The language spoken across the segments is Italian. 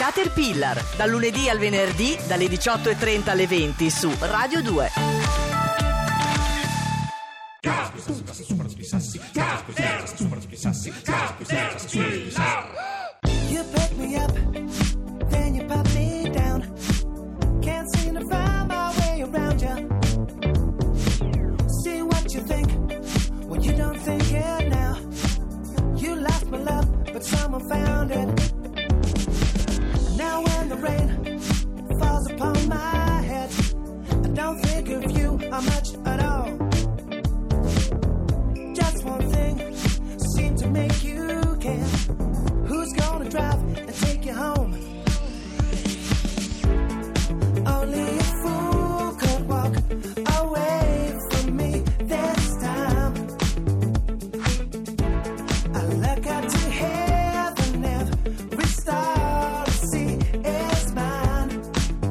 Caterpillar, dal lunedì al venerdì dalle 18:30 alle 20 su Radio 2. You pick me up, then you put me down. Can't seem to find my way around you. See what you think, well you don't think it now. You lost my love, but someone found it. Now when the rain falls upon my head, I don't think of you much at all. Just one thing seemed to make you care. Who's gonna drive and take you home? Only a fool could walk away from me this time. I look up to heaven, every star I see is mine.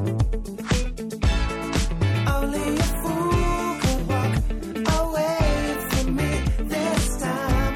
Only a fool could walk away from me this time.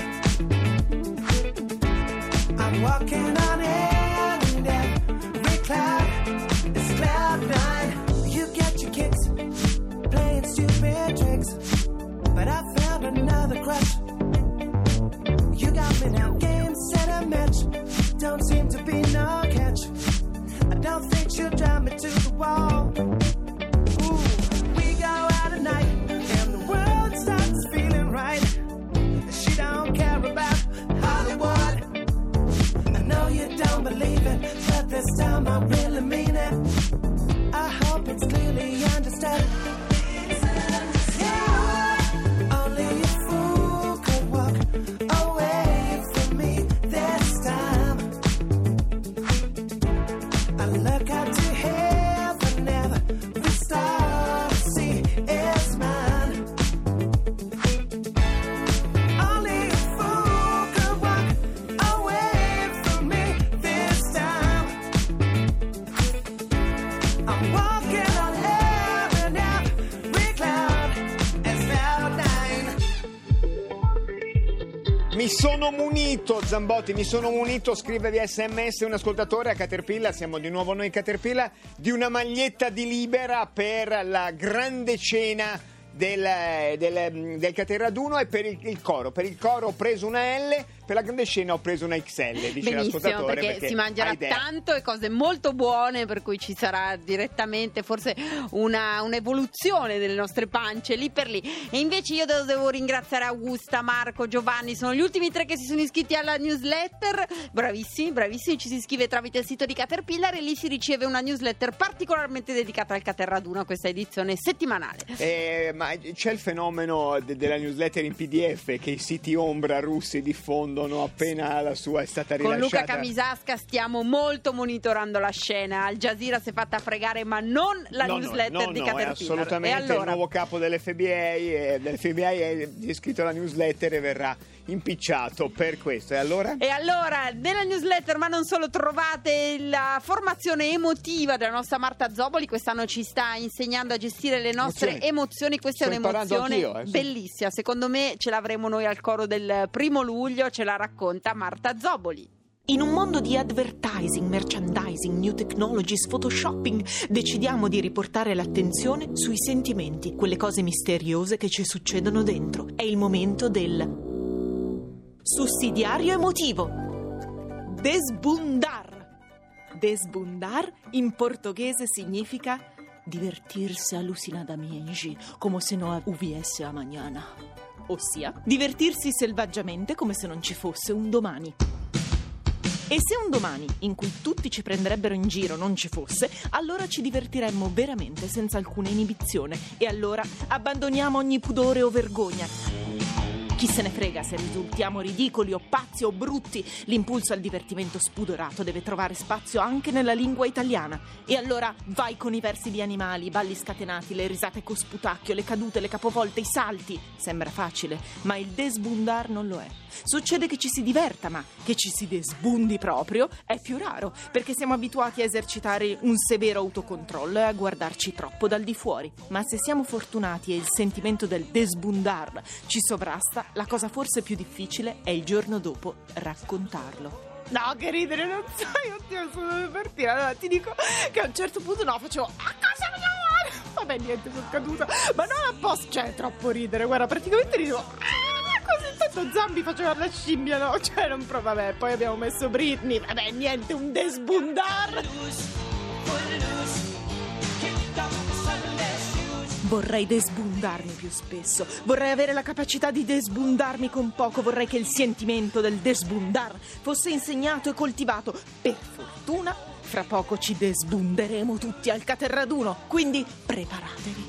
I'm walking on air and every cloud is cloud nine. You get your kicks playing stupid tricks, but I found another crush. You got me now, game, set, and match. Don't seem to be no catch. I don't think she'll drive me to the wall. Ooh, we go out at night and the world starts feeling right. She don't care about Hollywood. I know you don't believe it, but this time I really mean it. I hope it's clearly understood. Yeah. Only a fool could walk away from me this time. I look up to heaven, every star I see is mine. Only a fool could walk away from me this time. I'm walking on air and every cloud is cloud nine. Mi sono munito, Zambotti, scrive via SMS un ascoltatore a Caterpillar, siamo di nuovo noi Caterpillar, di una maglietta di Libera per la grande cena del Caterraduno e per il coro. Per il coro ho preso una L, per la grande scena ho preso una XL, dice Benissimo, l'ascoltatore. perché si mangerà tanto e cose molto buone, per cui ci sarà direttamente forse un'evoluzione delle nostre pance lì per lì. E invece io devo ringraziare Augusta, Marco, Giovanni, sono gli ultimi 3 che si sono iscritti alla newsletter. Bravissimi, ci si iscrive tramite il sito di Caterpillar e lì si riceve una newsletter particolarmente dedicata al Caterraduno, questa edizione settimanale. Ma c'è il fenomeno della newsletter in PDF che i siti ombra russi diffondono appena la sua è stata rilasciata. Con Luca Camisasca stiamo molto monitorando la scena. Al Jazeera si è fatta fregare, ma non la newsletter di Caterpillar. Assolutamente. E allora? Il nuovo capo dell'FBI è iscritto alla newsletter e verrà impicciato per questo. E allora nella newsletter, ma non solo, trovate la formazione emotiva della nostra Marta Zoboli. Quest'anno ci sta insegnando a gestire le nostre emozioni. Questa è un'emozione bellissima, secondo me ce l'avremo noi al coro del 1 luglio, ce la racconta Marta Zoboli. In un mondo di advertising, merchandising, new technologies, photoshopping, decidiamo di riportare l'attenzione sui sentimenti, quelle cose misteriose che ci succedono dentro. È il momento del sussidiario emotivo. Desbundar. Desbundar in portoghese significa divertirsi alucinadamente, come se non hubiese a mañana. Ossia, divertirsi selvaggiamente come se non ci fosse un domani. E se un domani in cui tutti ci prenderebbero in giro non ci fosse, allora ci divertiremmo veramente senza alcuna inibizione. E allora abbandoniamo ogni pudore o vergogna. Chi se ne frega se risultiamo ridicoli o pazzi o brutti, l'impulso al divertimento spudorato deve trovare spazio anche nella lingua italiana. E allora vai con i versi di animali, i balli scatenati, le risate con sputacchio, le cadute, le capovolte, i salti. Sembra facile, ma il desbundar non lo è. Succede che ci si diverta, ma che ci si desbundi proprio è più raro, perché siamo abituati a esercitare un severo autocontrollo e a guardarci troppo dal di fuori. Ma se siamo fortunati e il sentimento del desbundar ci sovrasta, la cosa forse più difficile è il giorno dopo raccontarlo. No, che ridere, non sai, oddio, sono dove partire. Allora ti dico che a un certo punto facevo a cosa vogliamo fare? Vabbè, niente, sono caduta. Ma non apposta, cioè è troppo ridere, guarda, praticamente ridevo così tanto Zambi faceva la scimmia, no? Cioè non proprio, vabbè, poi abbiamo messo Britney, vabbè, niente, un desbundar. Vorrei desbundarmi più spesso, vorrei avere la capacità di desbundarmi con poco, vorrei che il sentimento del desbundar fosse insegnato e coltivato. Per fortuna, fra poco ci desbunderemo tutti al Caterraduno, quindi preparatevi.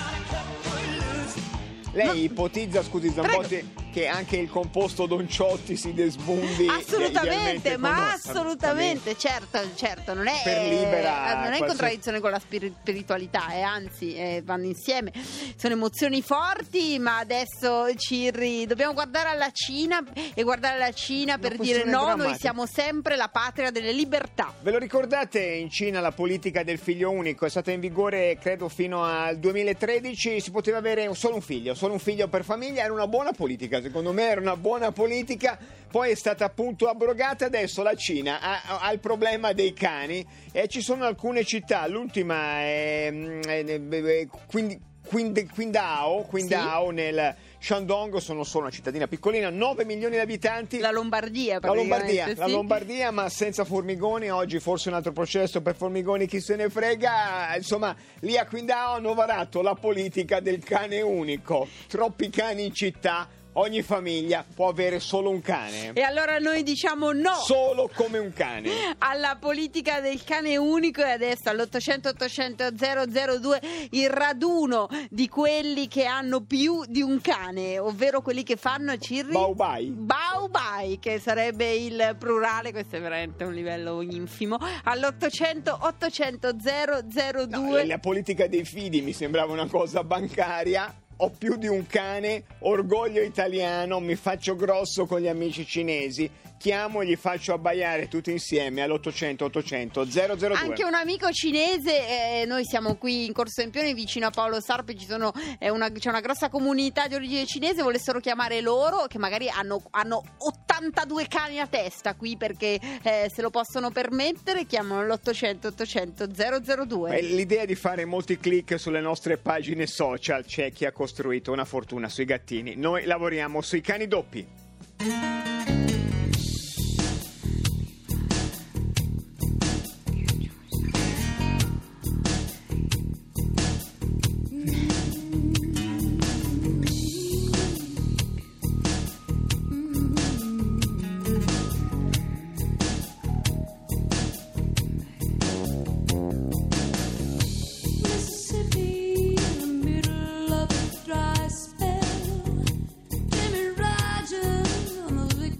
Lei ipotizza, scusi Zambotti, che anche il composto Don Ciotti si desbundi assolutamente, ma assolutamente, certo, non è per Libera, non è in contraddizione con la spiritualità, anzi vanno insieme, sono emozioni forti. Ma adesso Cirri, dobbiamo guardare alla Cina e guardare alla Cina per dire no, noi siamo sempre la patria delle libertà. Ve lo ricordate, in Cina la politica del figlio unico è stata in vigore credo fino al 2013, si poteva avere solo un figlio per famiglia, era una buona politica. Secondo me era una buona politica, poi è stata appunto abrogata. Adesso la Cina ha il problema dei cani e ci sono alcune città, l'ultima è Qingdao sì, nel Shandong, sono solo una cittadina piccolina, 9 milioni di abitanti. La Lombardia, sì. La Lombardia, ma senza formigoni. Oggi forse un altro processo per formigoni, chi se ne frega. Insomma, lì a Qingdao hanno varato la politica del cane unico. Troppi cani in città, ogni famiglia può avere solo un cane. E allora noi diciamo no, solo come un cane, alla politica del cane unico. E adesso all'800 800 002 il raduno di quelli che hanno più di un cane, ovvero quelli che fanno, Cirri? Baubai, che sarebbe il plurale. Questo è veramente un livello infimo. All'800 800 002 no, la politica dei fidi mi sembrava una cosa bancaria. Ho più di un cane, orgoglio italiano, mi faccio grosso con gli amici cinesi, chiamo e gli faccio abbaiare tutti insieme all'800 800 002. Anche un amico cinese, noi siamo qui in Corso Empione vicino a Paolo Sarpi, c'è una grossa comunità di origine cinese, volessero chiamare loro, che magari hanno 82 cani a testa qui perché se lo possono permettere, chiamano l'800 800 002. L'idea di fare molti click sulle nostre pagine social, c'è chi ha costruito una fortuna sui gattini, noi lavoriamo sui cani doppi. Dry spell, Jimmy Rogers on the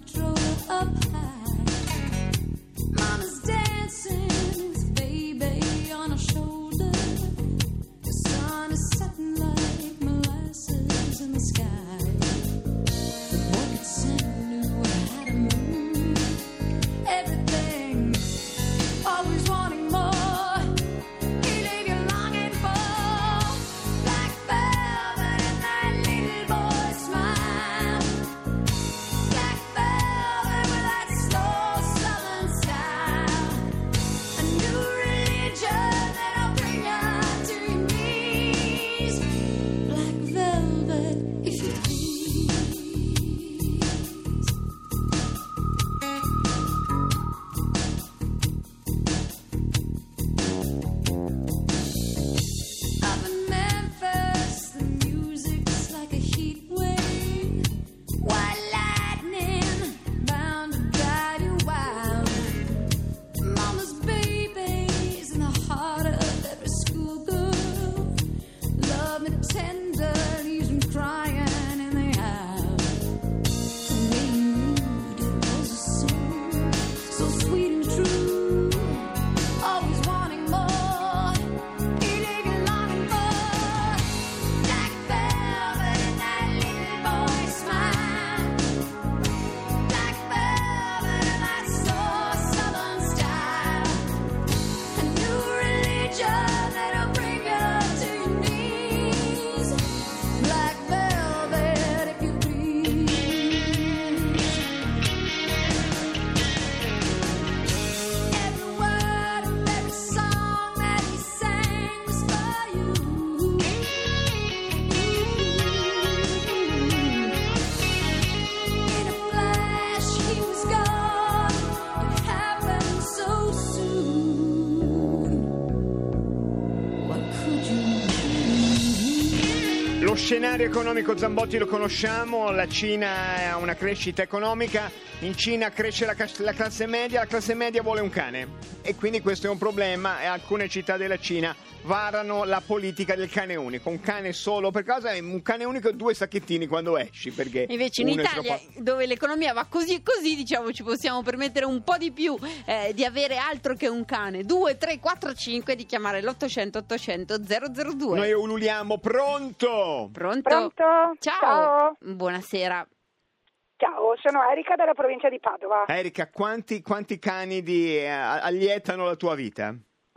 scenario economico Zambotti lo conosciamo, la Cina ha una crescita economica, in Cina cresce la classe media vuole un cane e quindi questo è un problema e alcune città della Cina varano la politica del cane unico, un cane solo per casa e un cane unico e 2 sacchettini quando esci, perché invece in Italia dove l'economia va così diciamo ci possiamo permettere un po' di più di avere altro che un cane. 2, 3, 4, 5 di chiamare l'800 800 002. Noi ululiamo. Pronto? Pronto? Ciao. Ciao. Buonasera. Ciao, sono Erika dalla provincia di Padova. Erika, quanti cani allietano la tua vita?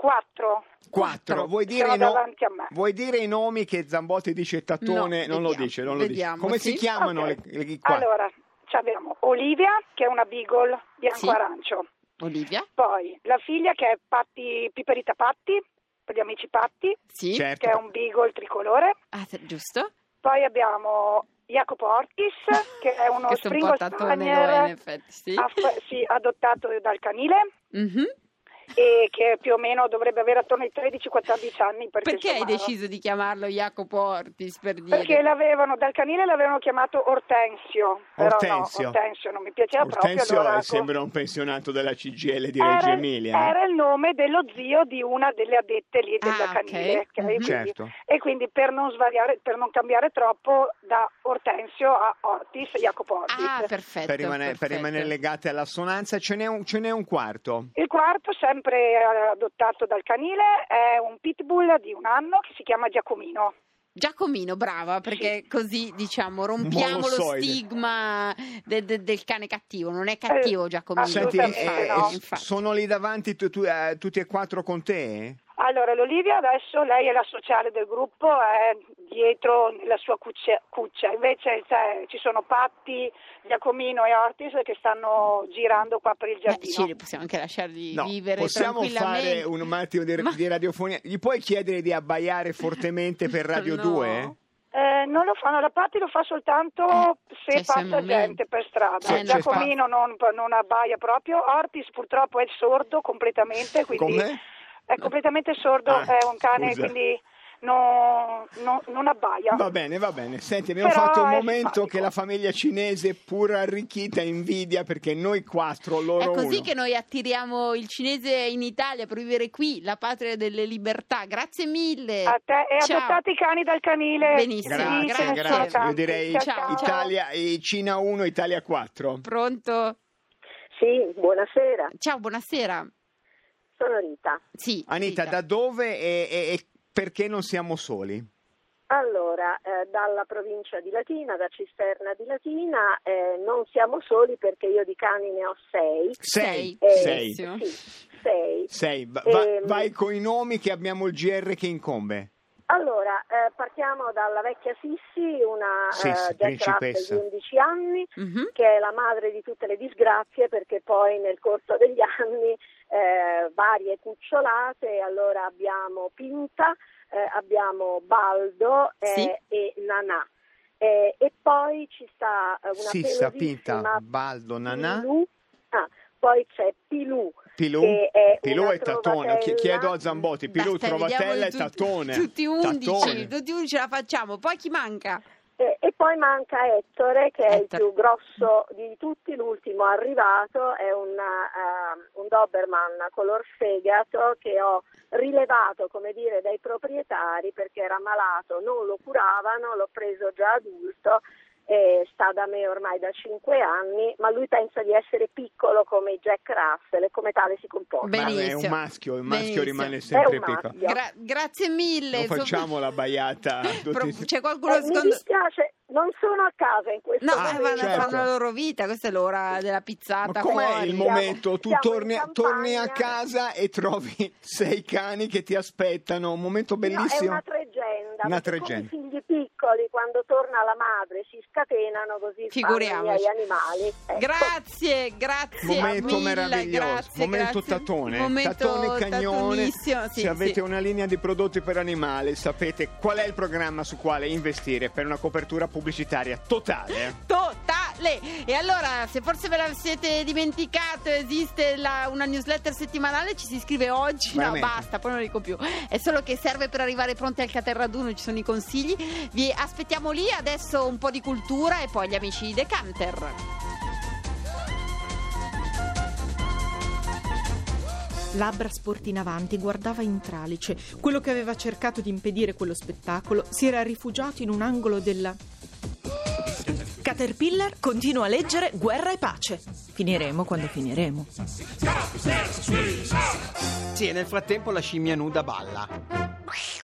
4. 4. Vuoi dire, Sono davanti a me. vuoi dire i nomi che Zambotti dice Tattone? No, non vediamo, lo dice. Come sì. si chiamano Ok. le 4? Allora, abbiamo Olivia, che è una beagle bianco-arancio. Olivia? Poi la figlia, che è Piperita Patti, per gli amici Patti, Sì. Certo. che è un beagle tricolore. Ah, giusto? Poi abbiamo Jacopo Ortis, che è uno Questo è un po' Springer tattone, lo è, in Spaniel effetti, sì. adottato dal canile. Mhm. E che più o meno dovrebbe avere attorno ai 13-14 anni. Perché hai insomma, deciso di chiamarlo Jacopo Ortis, per dire? Perché dal canile l'avevano chiamato Ortensio, però Ortensio. no, Ortensio non mi piaceva Ortensio proprio. Allora, sembra un pensionato della CGIL di Reggio Emilia. Era il nome dello zio di una delle addette lì della ok. canile. Ok? Quindi- Certo. E quindi per non cambiare troppo da Ortensio a Ortis, Jacopo Ortis. Ah, perfetto. Per perfetto. rimanere legate all'assonanza, ce n'è un quarto. Il quarto, sempre adottato dal canile, è un pitbull di 1 anno che si chiama Giacomino. Giacomino, brava, perché così diciamo rompiamo lo Molossoide. stigma del cane cattivo. Non è cattivo Giacomino. Senti, Assolutamente no. infatti. sono lì davanti tutti e 4 con te? Allora, l'Olivia adesso, lei è la sociale del gruppo, è dietro nella sua cuccia. Invece ci sono Patti, Giacomino e Ortis che stanno girando qua per il giardino. Ci possiamo anche lasciarli No, vivere possiamo tranquillamente. fare un attimo di radiofonia. Gli puoi chiedere di abbaiare fortemente per Radio No. 2? Non lo fanno, la Patti lo fa soltanto se c'è passa momento. gente per strada. Sì, Giacomino non abbaia proprio, Ortis purtroppo è sordo completamente, quindi Com'è? è completamente sordo, Ah, è un cane, scusa. quindi non abbaia. Va bene. Senti, abbiamo Però fatto un è momento simpatico. che la famiglia cinese, pur arricchita, invidia perché noi 4, loro È così 1. che noi attiriamo il cinese in Italia per vivere qui, la patria delle libertà. Grazie mille. A te e Ciao. adottate i cani dal canile. Benissimo, Sì, grazie. sono Grazie. Io tanti. direi Ciao. Italia, Cina 1, Italia 4. Pronto? Sì, buonasera, Ciao, buonasera. sono Rita. Sì, Anita, Rita. da dove e perché non siamo soli? Allora, dalla provincia di Latina, da Cisterna di Latina, non siamo soli perché io di cani ne ho 6. Sei. Benissimo. Sì, 6. Sei. Ehm, Vai con i nomi che abbiamo il GR che incombe. Allora, partiamo dalla vecchia Sissi, una Sissi, Jack Russell principessa. di 11 anni, Mhm. che è la madre di tutte le disgrazie perché poi nel corso degli anni varie cucciolate, allora abbiamo Pinta, abbiamo Baldo Sì. e Nanà. E poi ci sta una Sissa, pelosissima Pinta, Baldo, Nanà. Pilù. Poi c'è Pilù. Pilù? Che è Pilù una e Tattone. trovatella. Chiedo a Zambotti. Pilù, Basta, Trovatella e vediamoli Tattone. Tutti 11, Tattone. tutti 11 ce la facciamo. Poi chi manca? E poi manca Ettore, che è il Ettore. più grosso di tutti, l'ultimo arrivato, è un Doberman color fegato che ho rilevato, come dire, dai proprietari perché era malato, non lo curavano, l'ho preso già adulto. Sta da me ormai da 5 anni, ma lui pensa di essere piccolo come i Jack Russell e come tale si comporta. Ma è Benissimo. un maschio, il maschio Benissimo. rimane È sempre un piccolo. maschio. Grazie mille. Non facciamo la baiata. C'è qualcuno Mi secondo... dispiace, non sono a casa in questo No, momento. vanno a certo. fare la loro vita, questa è l'ora della pizzata. Ma com'è fuori. il momento? Tu siamo in torni a campagna. casa e trovi 6 cani che ti aspettano. Un momento No, è bellissimo. una tregenda. Una perché tregenda. come i figli piccoli, quando torna la madre, si scatenano, così fanno i Figuriamoci. miei animali. Ecco. Grazie Momento mille, meraviglioso, grazie, momento grazie. Tattone, Momento Tattone Cagnone. tatonissimo, sì, Se avete sì. una linea di prodotti per animali, sapete qual è il programma su quale investire per una copertura pubblicitaria totale. Totale! E allora, se forse ve la siete dimenticato, esiste una newsletter settimanale, ci si iscrive oggi. Veramente? No, basta, poi non dico più. È solo che serve per arrivare pronti al Caterraduno, ci sono i consigli. Vi aspettiamo lì, adesso un po' di cultura e poi gli amici di Decanter. Labbra sporte in avanti, guardava in tralice. Quello che aveva cercato di impedire quello spettacolo si era rifugiato in un angolo della... Caterpillar continua a leggere Guerra e pace. Finiremo quando finiremo. Sì, e nel frattempo la scimmia nuda balla.